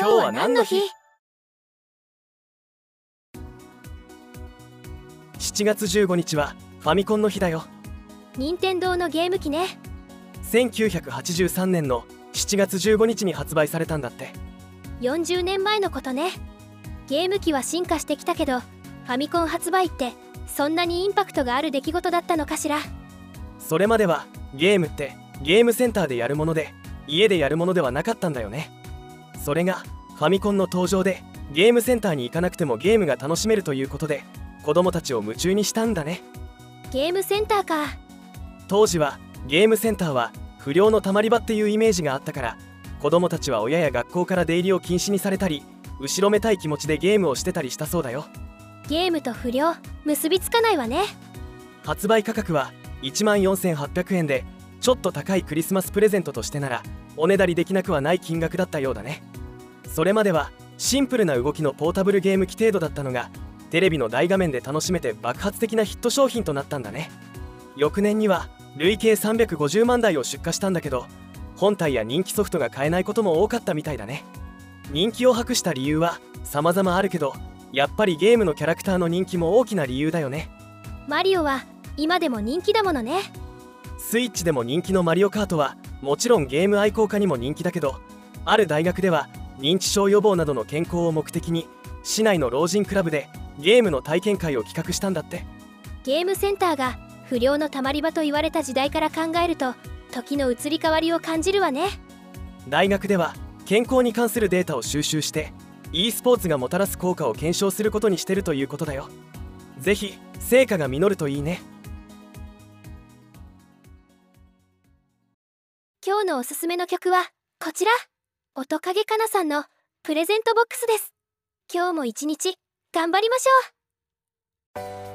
今日は何の日？7月15日はファミコンの日だよ。 任天堂のゲーム機ね。 1983年の7月15日に発売されたんだって。 40年前のことね。ゲーム機は進化してきたけど、ファミコン発売ってそんなにインパクトがある出来事だったのかしら。 それまではゲームってゲームセンターでやるもので、家でやるものではなかったんだよね。それがファミコンの登場で、ゲームセンターに行かなくてもゲームが楽しめるということで、子供たちを夢中にしたんだね。 ゲームセンターか。 当時はゲームセンターは不良のたまり場っていうイメージがあったから、子供たちは親や学校から出入りを禁止にされたり、後ろめたい気持ちでゲームをしてたりしたそうだよ。 ゲームと不良結びつかないわね。 発売価格は14,800円で、ちょっと高いクリスマスプレゼントとしてならおねだりできなくはない金額だったようだね。それまではシンプルな動きのポータブルゲーム機程度だったのが、テレビの大画面で楽しめて爆発的なヒット商品となったんだね。翌年には累計350万台を出荷したんだけど、本体や人気ソフトが買えないことも多かったみたいだね。人気を博した理由は様々あるけど、やっぱりゲームのキャラクターの人気も大きな理由だよね。 マリオは今でも人気だものね。 スイッチでも人気のマリオカートはもちろんゲーム愛好家にも人気だけど、ある大学では認知症予防などの健康を目的に、市内の老人クラブでゲームの体験会を企画したんだって。 ゲームセンターが不良のたまり場と言われた時代から考えると、時の移り変わりを感じるわね。 大学では健康に関するデータを収集して、 e スポーツがもたらす効果を検証することにしてるということだよ。ぜひ成果が実るといいね。 今日のおすすめの曲はこちら、音影かなさんのプレゼントボックスです。今日も一日頑張りましょう。